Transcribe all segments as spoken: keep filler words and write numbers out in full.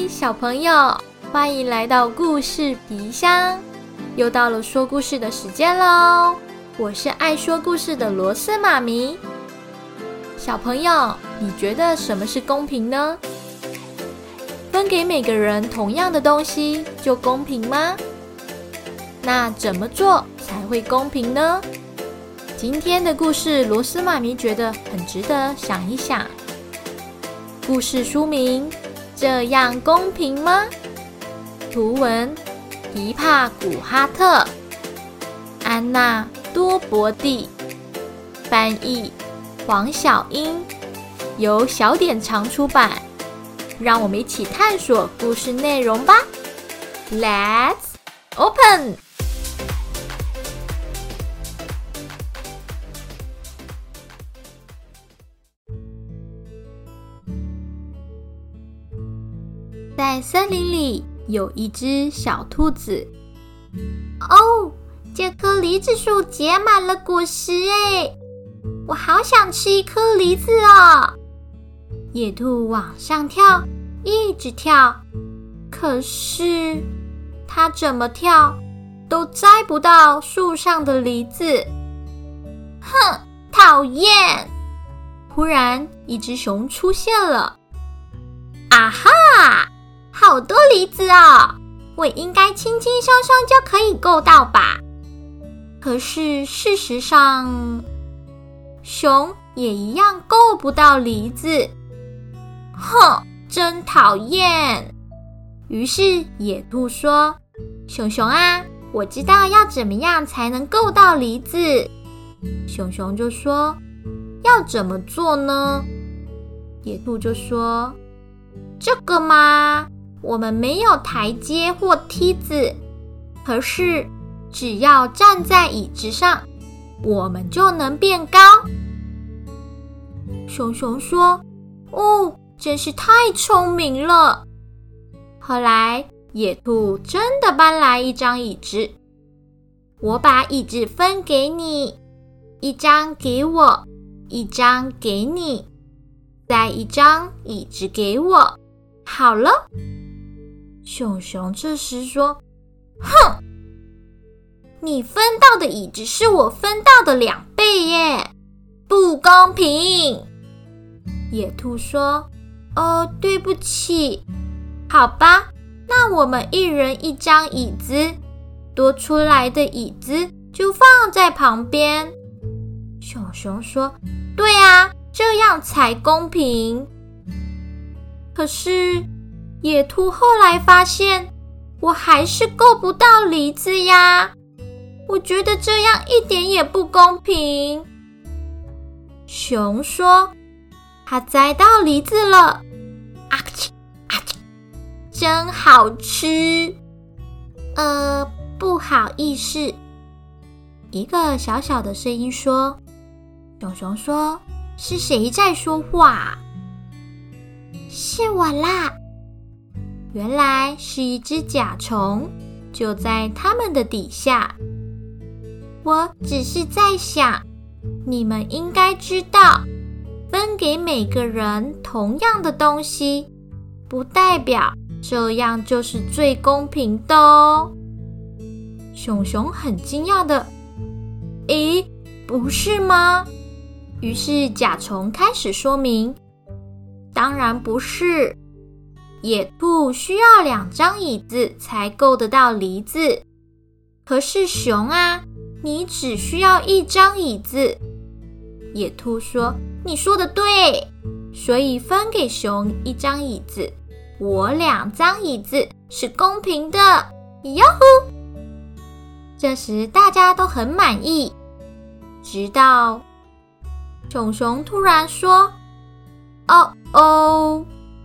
小朋友，欢迎来到故事皮箱，又到了说故事的时间咯。我是爱说故事的螺丝妈咪。小朋友，你觉得什么是公平呢？分给每个人同样的东西就公平吗？那怎么做才会公平呢？今天的故事，螺丝妈咪觉得很值得想一想。故事书名：这样公平吗？图文：皮帕古哈特，安娜多伯蒂，翻译：黄小英，由小典藏出版。让我们一起探索故事内容吧。Let's open！ 在森林里有一只小兔子。 哦，这棵梨子树结满了果实耶！我好想吃一颗梨子哦！ 野兔往上跳，一直跳，可是它怎么跳都摘不到树上的梨子。 哼，讨厌！ 忽然，一只熊出现了。 啊哈，好多梨子哦！我应该轻轻松松就可以够到吧？ 可是事实上，熊也一样够不到梨子。 哼，真讨厌！ 于是野兔说：“熊熊啊，我知道要怎么样才能够到梨子。”熊熊就说：“要怎么做呢？”野兔就说：“ 这个嘛，我们没有台阶或梯子， 可是只要站在椅子上，我们就能变高。”熊熊说：“哦，真是太聪明了。”后来野兔真的搬来一张椅子。我把椅子分给你，一张给我，一张给你，再一张椅子给我，好了。熊熊这时说：“ 哼，你分到的椅子是我分到的两倍耶，不公平！” 野兔说：“哦，对不起，好吧，那我们一人一张椅子，多出来的椅子就放在旁边。”熊熊说：“ 对啊，这样才公平。” 可是野兔后来发现，我还是够不到梨子呀，我觉得这样一点也不公平。熊说：“它摘到梨子了， 啊嚏啊嚏，真好吃。” 呃，不好意思。一个小小的声音说：“熊熊说，是谁在说话？”“ 是我啦。” 原来是一只甲虫，就在它们的底下。我只是在想，你们应该知道，分给每个人同样的东西，不代表这样就是最公平的哦。熊熊很惊讶的：“诶，不是吗？”于是甲虫开始说明：“当然不是。野兔需要两张椅子才够得到梨子，可是熊啊，你只需要一张椅子。”野兔说：“ 你说的对， 所以分给熊一张椅子，我两张椅子是公平的。”哟呼！这时大家都很满意，直到熊熊突然说：“哦哦，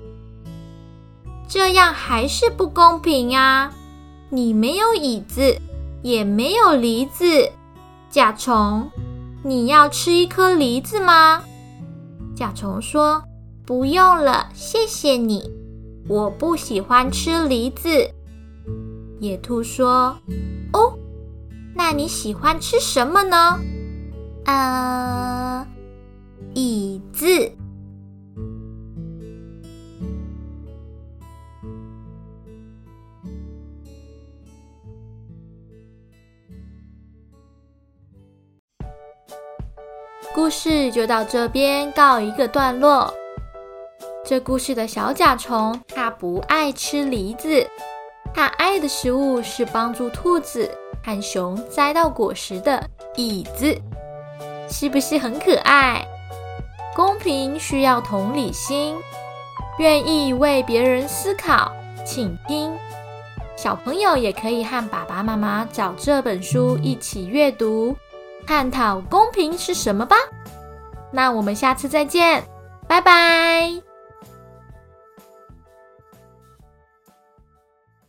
这样还是不公平啊！你没有椅子，也没有梨子。甲虫，你要吃一颗梨子吗？”甲虫说：“不用了，谢谢你，我不喜欢吃梨子。”野兔说：“哦，那你喜欢吃什么呢？”“呃，椅子。” 故事就到这边告一个段落。这故事的小甲虫，它不爱吃梨子，它爱的食物是帮助兔子和熊摘到果实的椅子，是不是很可爱？公平需要同理心，愿意为别人思考、倾听。小朋友也可以和爸爸妈妈找这本书一起阅读，探讨公平是什么吧。那我们下次再见，拜拜。